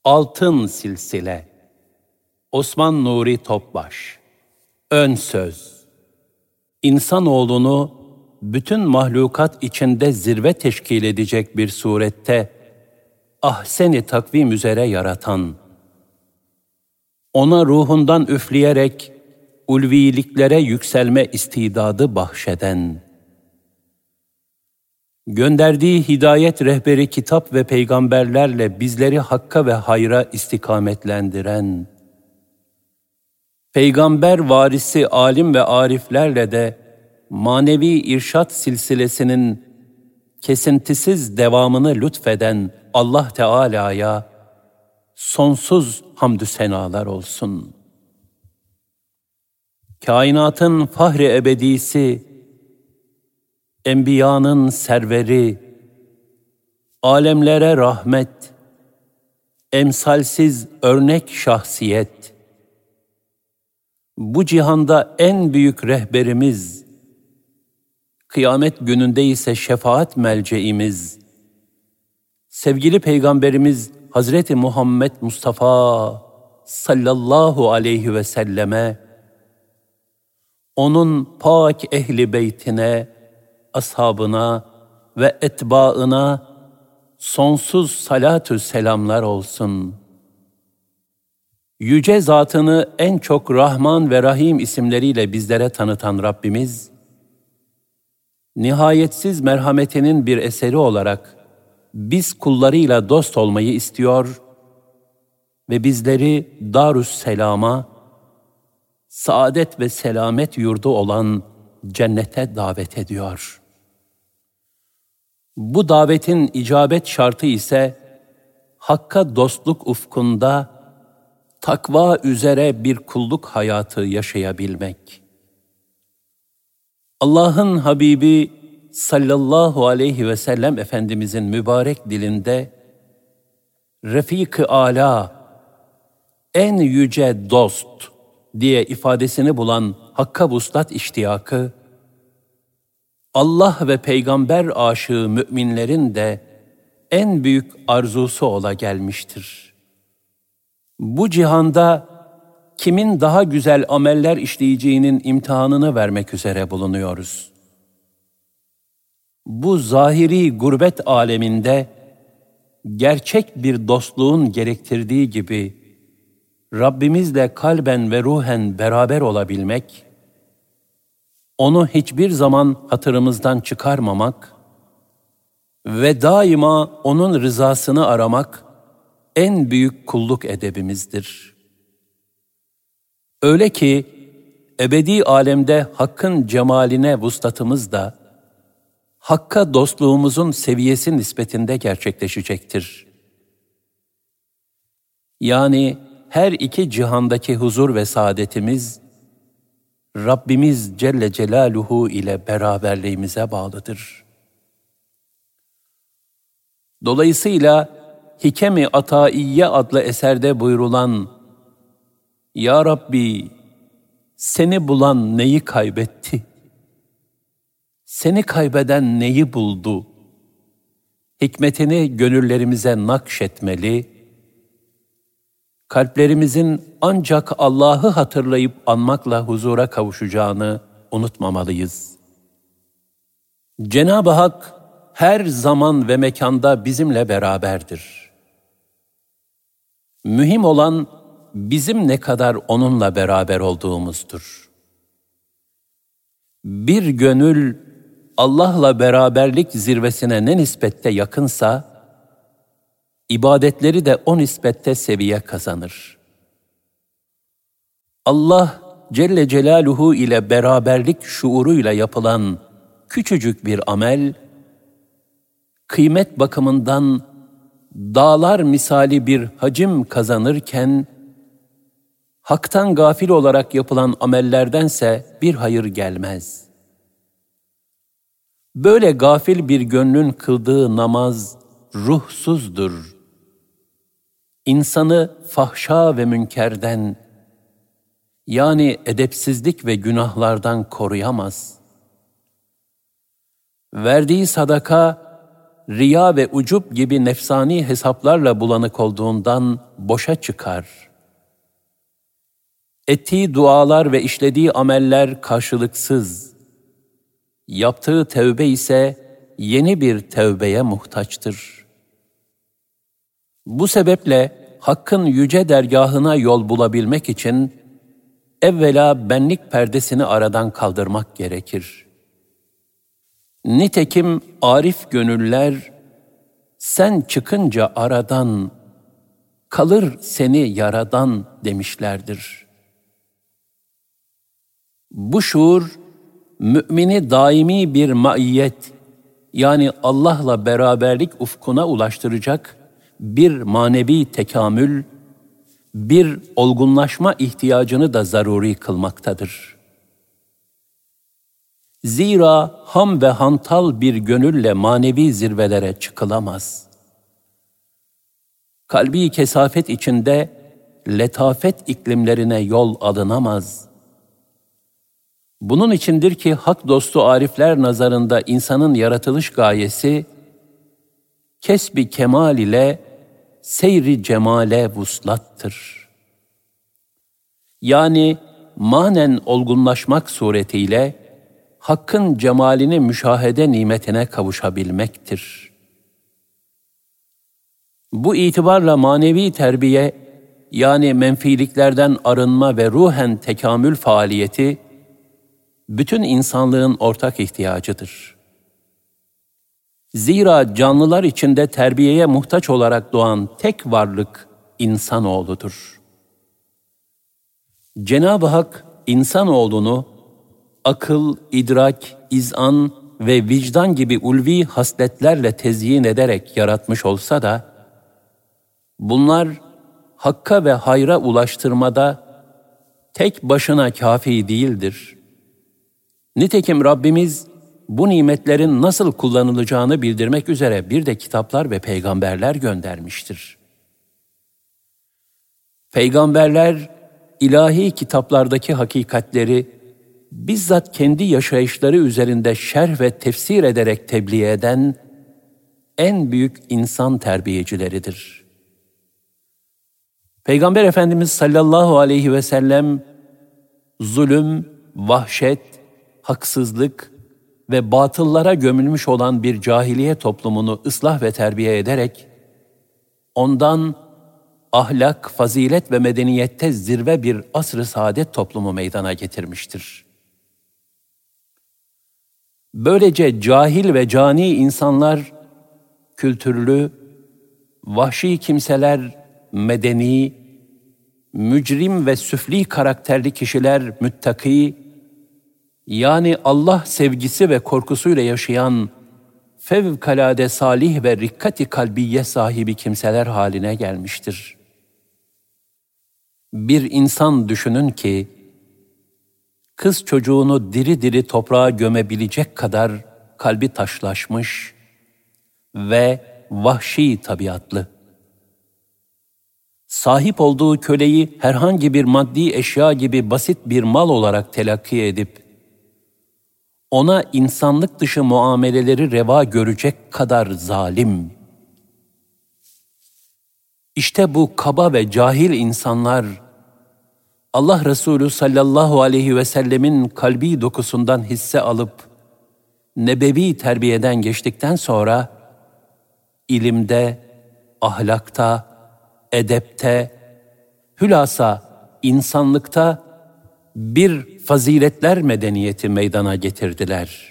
Altın Silsile. Osman Nuri Topbaş. Ön söz. İnsanoğlunu bütün mahlukat içinde zirve teşkil edecek bir surette ahsen-i takvim üzere yaratan, ona ruhundan üfleyerek ulviliklere yükselme istidadı bahşeden, gönderdiği hidayet rehberi kitap ve peygamberlerle bizleri hakka ve hayra istikametlendiren, peygamber varisi alim ve ariflerle de manevi irşat silsilesinin kesintisiz devamını lütfeden Allah Teala'ya sonsuz hamdü senalar olsun. Kainatın fahri ebedisi, enbiyanın serveri, alemlere rahmet, emsalsiz örnek şahsiyet, bu cihanda en büyük rehberimiz, kıyamet gününde ise şefaat melceimiz, sevgili Peygamberimiz Hazreti Muhammed Mustafa sallallahu aleyhi ve selleme, onun pak ehli beytine, ashabına ve etbaına sonsuz salatü selamlar olsun. Yüce zatını en çok Rahman ve Rahim isimleriyle bizlere tanıtan Rabbimiz, nihayetsiz merhametinin bir eseri olarak biz kullarıyla dost olmayı istiyor ve bizleri Darüsselam'a, saadet ve selamet yurdu olan cennete davet ediyor. Bu davetin icabet şartı ise Hakk'a dostluk ufkunda takva üzere bir kulluk hayatı yaşayabilmek. Allah'ın Habibi sallallahu aleyhi ve sellem Efendimizin mübarek dilinde Refik-i Âlâ, en yüce dost diye ifadesini bulan Hakk'a vuslat iştiyakı, Allah ve peygamber aşığı müminlerin de en büyük arzusu ola gelmiştir. Bu cihanda kimin daha güzel ameller işleyeceğinin imtihanını vermek üzere bulunuyoruz. Bu zahiri gurbet aleminde gerçek bir dostluğun gerektirdiği gibi Rabbimizle kalben ve ruhen beraber olabilmek, onu hiçbir zaman hatırımızdan çıkarmamak ve daima onun rızasını aramak en büyük kulluk edebimizdir. Öyle ki ebedi alemde Hakk'ın cemaline vuslatımız da Hakk'a dostluğumuzun seviyesi nispetinde gerçekleşecektir. Yani her iki cihandaki huzur ve saadetimiz, Rabbimiz Celle Celaluhu ile beraberliğimize bağlıdır. Dolayısıyla Hikem-i Ataiyye adlı eserde buyurulan, Ya Rabbi, seni bulan neyi kaybetti? Seni kaybeden neyi buldu? Hikmetini gönüllerimize nakşetmeli, kalplerimizin ancak Allah'ı hatırlayıp anmakla huzura kavuşacağını unutmamalıyız. Cenab-ı Hak her zaman ve mekanda bizimle beraberdir. Mühim olan bizim ne kadar onunla beraber olduğumuzdur. Bir gönül Allah'la beraberlik zirvesine ne nispette yakınsa, ibadetleri de o nispette seviye kazanır. Allah Celle Celaluhu ile beraberlik şuuruyla yapılan küçücük bir amel, kıymet bakımından dağlar misali bir hacim kazanırken, Hak'tan gafil olarak yapılan amellerdense bir hayır gelmez. Böyle gafil bir gönlün kıldığı namaz ruhsuzdur. İnsanı fahşa ve münkerden, yani edepsizlik ve günahlardan koruyamaz. Verdiği sadaka riya ve ucup gibi nefsani hesaplarla bulanık olduğundan boşa çıkar. Ettiği dualar ve işlediği ameller karşılıksız. Yaptığı tevbe ise yeni bir tevbeye muhtaçtır. Bu sebeple Hakk'ın yüce dergahına yol bulabilmek için evvela benlik perdesini aradan kaldırmak gerekir. Nitekim arif gönüller, sen çıkınca aradan, kalır seni yaradan demişlerdir. Bu şuur, mümini daimi bir maiyet, yani Allah'la beraberlik ufkuna ulaştıracak bir manevi tekamül, bir olgunlaşma ihtiyacını da zaruri kılmaktadır. Zira ham ve hantal bir gönülle manevi zirvelere çıkılamaz. Kalbi kesafet içinde letafet iklimlerine yol alınamaz. Bunun içindir ki hak dostu arifler nazarında insanın yaratılış gayesi, kesbi kemal ile seyri cemale vuslattır. Yani manen olgunlaşmak suretiyle Hakk'ın cemalini müşahede nimetine kavuşabilmektir. Bu itibarla manevi terbiye, yani menfiliklerden arınma ve ruhen tekamül faaliyeti, bütün insanlığın ortak ihtiyacıdır. Zira canlılar içinde terbiyeye muhtaç olarak doğan tek varlık insanoğludur. Cenab-ı Hak insanoğlunu akıl, idrak, izan ve vicdan gibi ulvi hasletlerle tezyin ederek yaratmış olsa da, bunlar Hakk'a ve hayra ulaştırmada tek başına kâfi değildir. Nitekim Rabbimiz bu nimetlerin nasıl kullanılacağını bildirmek üzere bir de kitaplar ve peygamberler göndermiştir. Peygamberler, ilahi kitaplardaki hakikatleri bizzat kendi yaşayışları üzerinde şerh ve tefsir ederek tebliğ eden en büyük insan terbiyecileridir. Peygamber Efendimiz sallallahu aleyhi ve sellem, zulüm, vahşet, haksızlık ve batıllara gömülmüş olan bir cahiliye toplumunu ıslah ve terbiye ederek, ondan ahlak, fazilet ve medeniyette zirve bir asr-ı saadet toplumu meydana getirmiştir. Böylece cahil ve cani insanlar, kültürlü, vahşi kimseler, medeni, mücrim ve süfli karakterli kişiler, müttaki, yani Allah sevgisi ve korkusuyla yaşayan, fevkalade salih ve rikkat-i kalbiye sahibi kimseler haline gelmiştir. Bir insan düşünün ki, kız çocuğunu diri diri toprağa gömebilecek kadar kalbi taşlaşmış ve vahşi tabiatlı. Sahip olduğu köleyi herhangi bir maddi eşya gibi basit bir mal olarak telakki edip, ona insanlık dışı muameleleri reva görecek kadar zalim. İşte bu kaba ve cahil insanlar, Allah Resulü sallallahu aleyhi ve sellemin kalbi dokusundan hisse alıp, nebevi terbiyeden geçtikten sonra, ilimde, ahlakta, edepte, hülasa insanlıkta bir faziletler medeniyeti meydana getirdiler.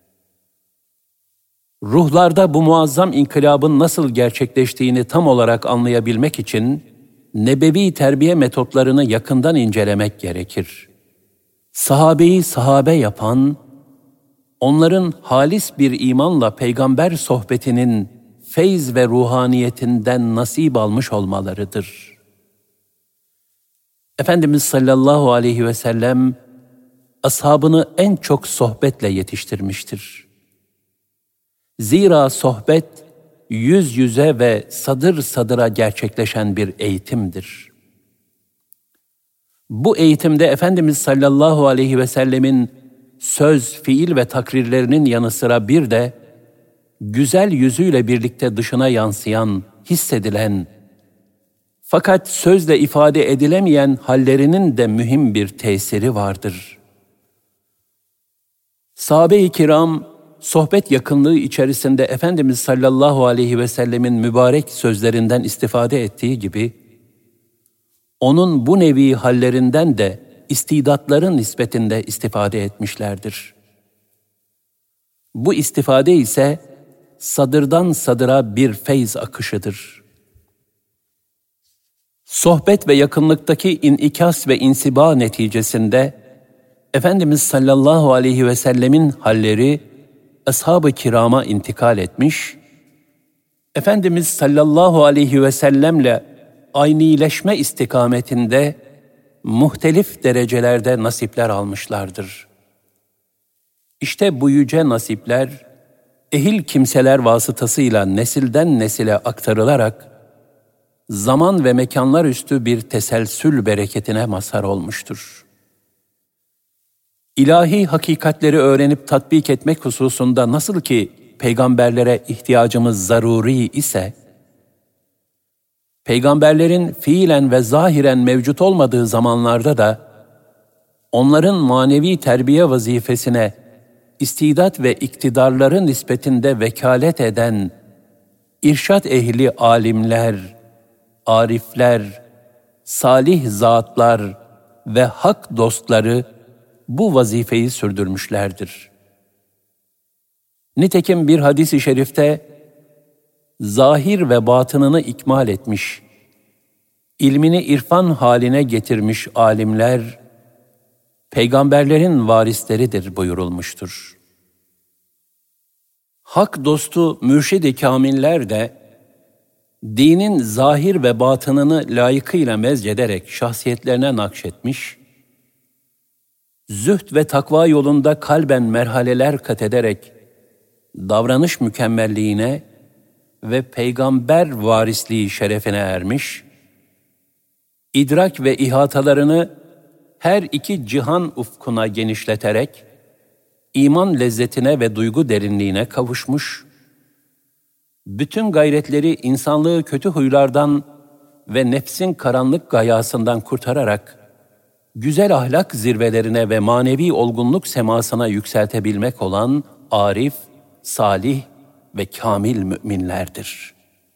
Ruhlarda bu muazzam inkılabın nasıl gerçekleştiğini tam olarak anlayabilmek için, nebevi terbiye metotlarını yakından incelemek gerekir. Sahabeyi sahabe yapan, onların halis bir imanla peygamber sohbetinin feyz ve ruhaniyetinden nasip almış olmalarıdır. Efendimiz sallallahu aleyhi ve sellem, ashabını en çok sohbetle yetiştirmiştir. Zira sohbet, yüz yüze ve sadır sadıra gerçekleşen bir eğitimdir. Bu eğitimde Efendimiz sallallahu aleyhi ve sellemin söz, fiil ve takrirlerinin yanı sıra bir de güzel yüzüyle birlikte dışına yansıyan, hissedilen, fakat sözle ifade edilemeyen hallerinin de mühim bir tesiri vardır. Sahabe-i kiram, sohbet yakınlığı içerisinde Efendimiz sallallahu aleyhi ve sellemin mübarek sözlerinden istifade ettiği gibi, onun bu nevi hallerinden de istidatların nispetinde istifade etmişlerdir. Bu istifade ise sadırdan sadıra bir feyz akışıdır. Sohbet ve yakınlıktaki inikas ve insiba neticesinde Efendimiz sallallahu aleyhi ve sellemin halleri ashab-ı kirama intikal etmiş, Efendimiz sallallahu aleyhi ve sellemle aynileşme istikametinde muhtelif derecelerde nasipler almışlardır. İşte bu yüce nasipler, ehil kimseler vasıtasıyla nesilden nesile aktarılarak, zaman ve mekanlar üstü bir teselsül bereketine mazhar olmuştur. İlahi hakikatleri öğrenip tatbik etmek hususunda nasıl ki peygamberlere ihtiyacımız zaruri ise, peygamberlerin fiilen ve zahiren mevcut olmadığı zamanlarda da onların manevi terbiye vazifesine istidat ve iktidarları nispetinde vekalet eden irşad ehli alimler, arifler, salih zatlar ve hak dostları bu vazifeyi sürdürmüşlerdir. Nitekim bir hadis-i şerifte, zahir ve batınını ikmal etmiş, ilmini irfan haline getirmiş alimler, peygamberlerin varisleridir buyurulmuştur. Hak dostu mürşid-i kâmiller de, dinin zahir ve batınını layıkıyla mezcederek şahsiyetlerine nakşetmiş, zühd ve takva yolunda kalben merhaleler kat ederek, davranış mükemmelliğine ve peygamber varisliği şerefine ermiş, idrak ve ihatalarını her iki cihan ufkuna genişleterek, iman lezzetine ve duygu derinliğine kavuşmuş, bütün gayretleri insanlığı kötü huylardan ve nefsin karanlık gayasından kurtararak, güzel ahlak zirvelerine ve manevi olgunluk semasına yükseltebilmek olan arif, salih ve kamil müminlerdir.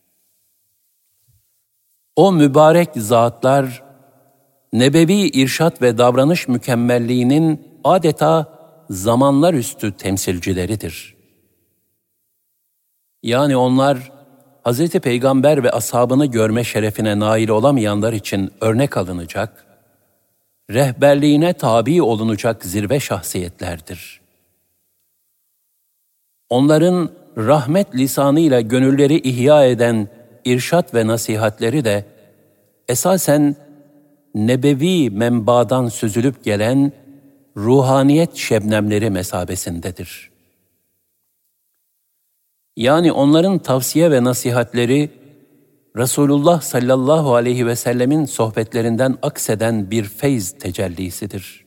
O mübarek zatlar, nebevi irşat ve davranış mükemmelliğinin adeta zamanlar üstü temsilcileridir. Yani onlar, Hz. Peygamber ve ashabını görme şerefine nail olamayanlar için örnek alınacak, rehberliğine tabi olunacak zirve şahsiyetlerdir. Onların rahmet lisanıyla gönülleri ihya eden irşat ve nasihatleri de esasen nebevi menbadan süzülüp gelen ruhaniyet şebnemleri mesabesindedir. Yani onların tavsiye ve nasihatleri Resulullah sallallahu aleyhi ve sellemin sohbetlerinden akseden bir feyz tecellisidir.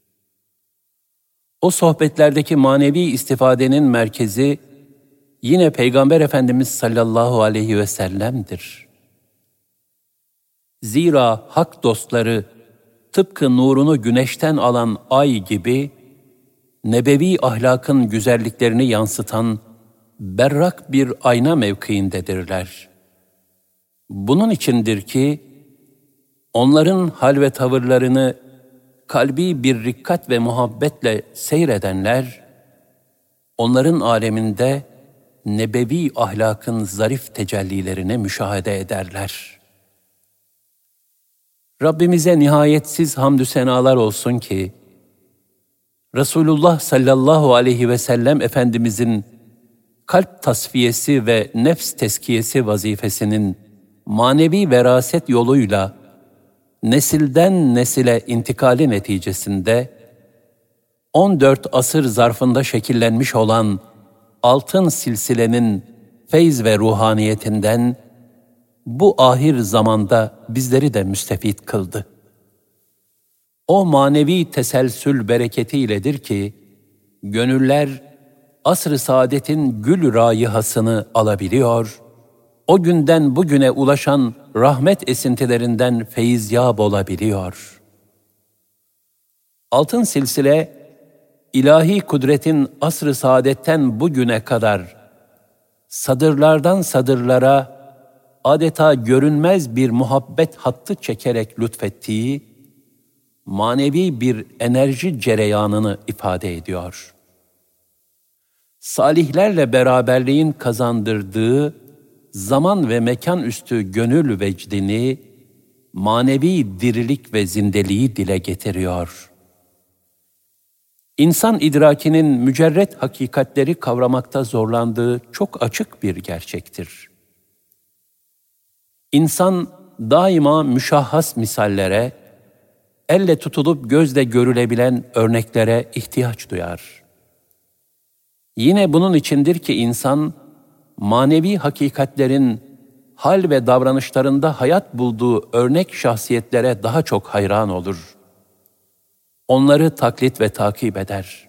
O sohbetlerdeki manevi istifadenin merkezi yine Peygamber Efendimiz sallallahu aleyhi ve sellem'dir. Zira hak dostları tıpkı nurunu güneşten alan ay gibi nebevi ahlakın güzelliklerini yansıtan berrak bir ayna mevkiindedirler. Bunun içindir ki onların hal ve tavırlarını kalbi bir rikkat ve muhabbetle seyredenler, onların aleminde nebevi ahlakın zarif tecellilerini müşahede ederler. Rabbimize nihayetsiz hamdü senalar olsun ki, Resulullah sallallahu aleyhi ve sellem Efendimizin kalp tasfiyesi ve nefs teskiyesi vazifesinin manevi veraset yoluyla nesilden nesile intikali neticesinde 14 asır zarfında şekillenmiş olan altın silsilenin feyz ve ruhaniyetinden bu ahir zamanda bizleri de müstefit kıldı. O manevi teselsül bereketiyledir ki gönüller asr-ı saadetin gül rayihasını alabiliyor, o günden bugüne ulaşan rahmet esintilerinden feyizyab olabiliyor. Altın silsile, ilahi kudretin asr-ı saadetten bugüne kadar sadırlardan sadırlara adeta görünmez bir muhabbet hattı çekerek lütfettiği manevi bir enerji cereyanını ifade ediyor. Salihlerle beraberliğin kazandırdığı zaman ve mekan üstü gönül vecdini, manevi dirilik ve zindeliği dile getiriyor. İnsan idrakinin mücerret hakikatleri kavramakta zorlandığı çok açık bir gerçektir. İnsan daima müşahhas misallere, elle tutulup gözle görülebilen örneklere ihtiyaç duyar. Yine bunun içindir ki insan, manevi hakikatlerin hal ve davranışlarında hayat bulduğu örnek şahsiyetlere daha çok hayran olur. Onları taklit ve takip eder.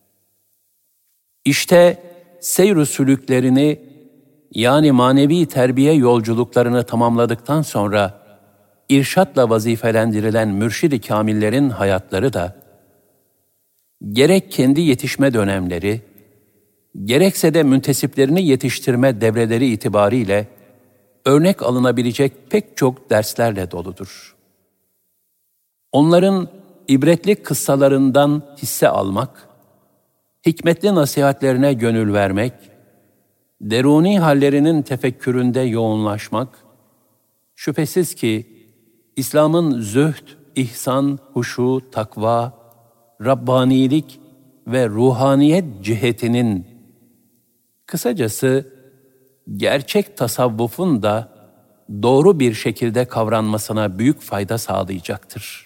İşte seyr-ü sülüklerini, yani manevi terbiye yolculuklarını tamamladıktan sonra irşatla vazifelendirilen mürşid-i kamillerin hayatları da gerek kendi yetişme dönemleri, gerekse de müntesiplerini yetiştirme devreleri itibariyle örnek alınabilecek pek çok derslerle doludur. Onların ibretli kıssalarından hisse almak, hikmetli nasihatlerine gönül vermek, deruni hallerinin tefekküründe yoğunlaşmak, şüphesiz ki İslam'ın zühd, ihsan, huşu, takva, Rabbanilik ve ruhaniyet cihetinin, kısacası gerçek tasavvufun da doğru bir şekilde kavranmasına büyük fayda sağlayacaktır.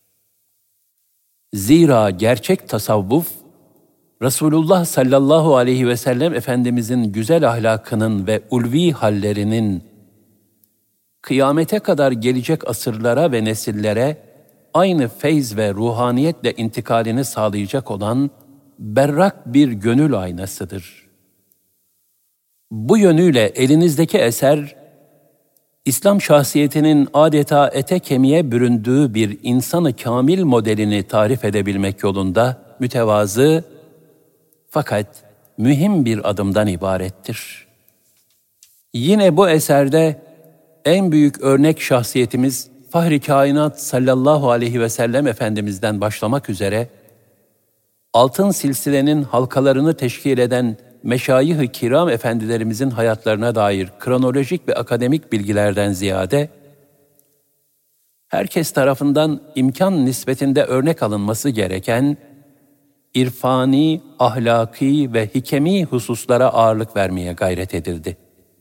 Zira gerçek tasavvuf, Resulullah sallallahu aleyhi ve sellem Efendimizin güzel ahlakının ve ulvi hallerinin kıyamete kadar gelecek asırlara ve nesillere aynı feyz ve ruhaniyetle intikalini sağlayacak olan berrak bir gönül aynasıdır. Bu yönüyle elinizdeki eser, İslam şahsiyetinin adeta ete kemiğe büründüğü bir insanı kamil modelini tarif edebilmek yolunda mütevazı fakat mühim bir adımdan ibarettir. Yine bu eserde en büyük örnek şahsiyetimiz Fahri Kainat sallallahu aleyhi ve sellem Efendimiz'den başlamak üzere altın silsilenin halkalarını teşkil eden meşayih-i kiram efendilerimizin hayatlarına dair kronolojik ve akademik bilgilerden ziyade, herkes tarafından imkan nispetinde örnek alınması gereken, irfani, ahlaki ve hikemi hususlara ağırlık vermeye gayret edildi.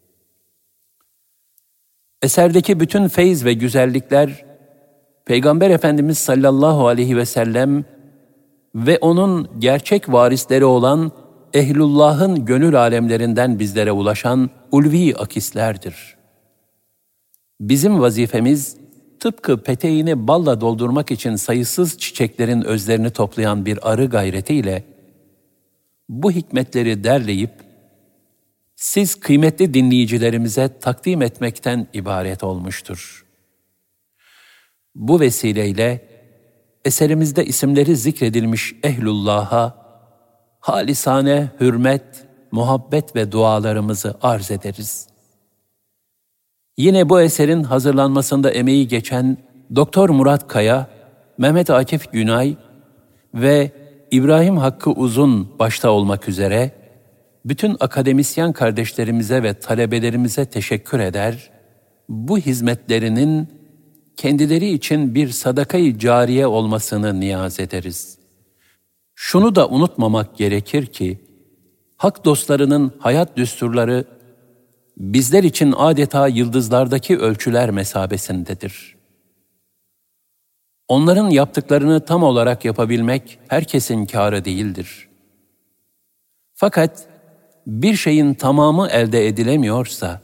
Eserdeki bütün feyz ve güzellikler, Peygamber Efendimiz sallallahu aleyhi ve sellem ve onun gerçek varisleri olan ehlullah'ın gönül alemlerinden bizlere ulaşan ulvi akislerdir. Bizim vazifemiz, tıpkı peteğini balla doldurmak için sayısız çiçeklerin özlerini toplayan bir arı gayretiyle, bu hikmetleri derleyip, siz kıymetli dinleyicilerimize takdim etmekten ibaret olmuştur. Bu vesileyle, eserimizde isimleri zikredilmiş ehlullah'a, halisane hürmet, muhabbet ve dualarımızı arz ederiz. Yine bu eserin hazırlanmasında emeği geçen Doktor Murat Kaya, Mehmet Akif Günay ve İbrahim Hakkı Uzun başta olmak üzere bütün akademisyen kardeşlerimize ve talebelerimize teşekkür eder, bu hizmetlerinin kendileri için bir sadaka-i cariye olmasını niyaz ederiz. Şunu da unutmamak gerekir ki, hak dostlarının hayat düsturları bizler için adeta yıldızlardaki ölçüler mesabesindedir. Onların yaptıklarını tam olarak yapabilmek herkesin kârı değildir. Fakat bir şeyin tamamı elde edilemiyorsa,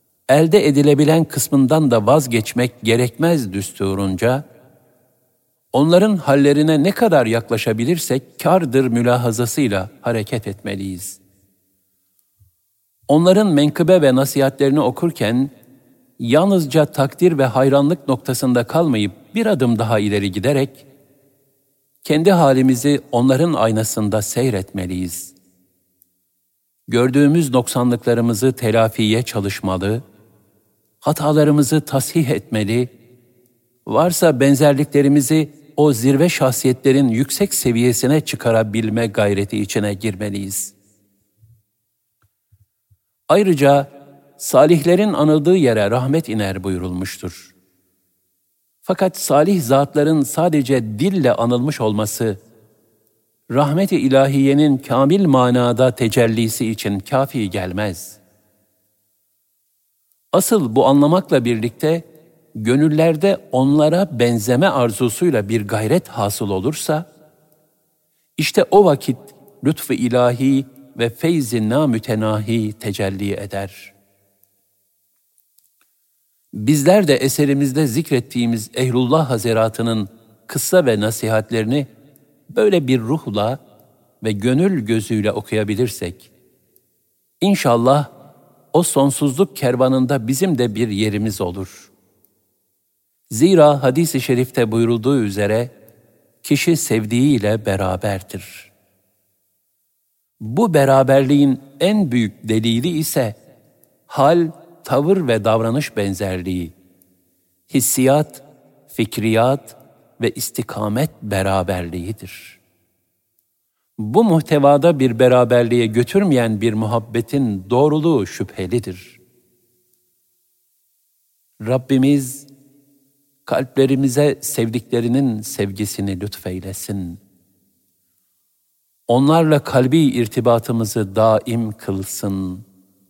elde edilebilen kısmından da vazgeçmek gerekmez düsturunca, Onların hallerine ne kadar yaklaşabilirsek kârdır mülahazasıyla hareket etmeliyiz. Onların menkıbe ve nasihatlerini okurken, yalnızca takdir ve hayranlık noktasında kalmayıp bir adım daha ileri giderek, kendi halimizi onların aynasında seyretmeliyiz. Gördüğümüz noksanlıklarımızı telafiye çalışmalı, hatalarımızı tasih etmeli, varsa benzerliklerimizi o zirve şahsiyetlerin yüksek seviyesine çıkarabilme gayreti içine girmeliyiz. Ayrıca salihlerin anıldığı yere rahmet iner buyurulmuştur. Fakat salih zatların sadece dille anılmış olması, rahmet-i ilahiyenin kamil manada tecellisi için kafi gelmez. Asıl bu anlamakla birlikte, gönüllerde onlara benzeme arzusuyla bir gayret hasıl olursa, işte o vakit lütfu ilahi ve feyz-i namütenahi tecelli eder. Bizler de eserimizde zikrettiğimiz Ehlullah Hazretı'nın kıssa ve nasihatlerini böyle bir ruhla ve gönül gözüyle okuyabilirsek, İnşallah o sonsuzluk kervanında bizim de bir yerimiz olur. Zira hadis-i şerifte buyurulduğu üzere, kişi sevdiğiyle beraberdir. Bu beraberliğin en büyük delili ise, hal, tavır ve davranış benzerliği, hissiyat, fikriyat ve istikamet beraberliğidir. Bu muhtevada bir beraberliğe götürmeyen bir muhabbetin doğruluğu şüphelidir. Rabbimiz, kalplerimize sevdiklerinin sevgisini lütfeylesin. Onlarla kalbi irtibatımızı daim kılsın.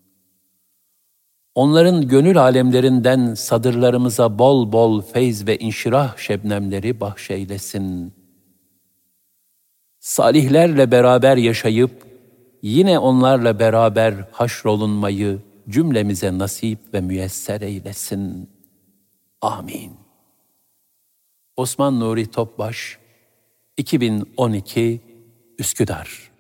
Onların gönül alemlerinden sadırlarımıza bol bol feyz ve inşirah şebnemleri bahşeylesin. Salihlerle beraber yaşayıp, yine onlarla beraber haşrolunmayı cümlemize nasip ve müyesser eylesin. Amin. Osman Nuri Topbaş, 2012, Üsküdar.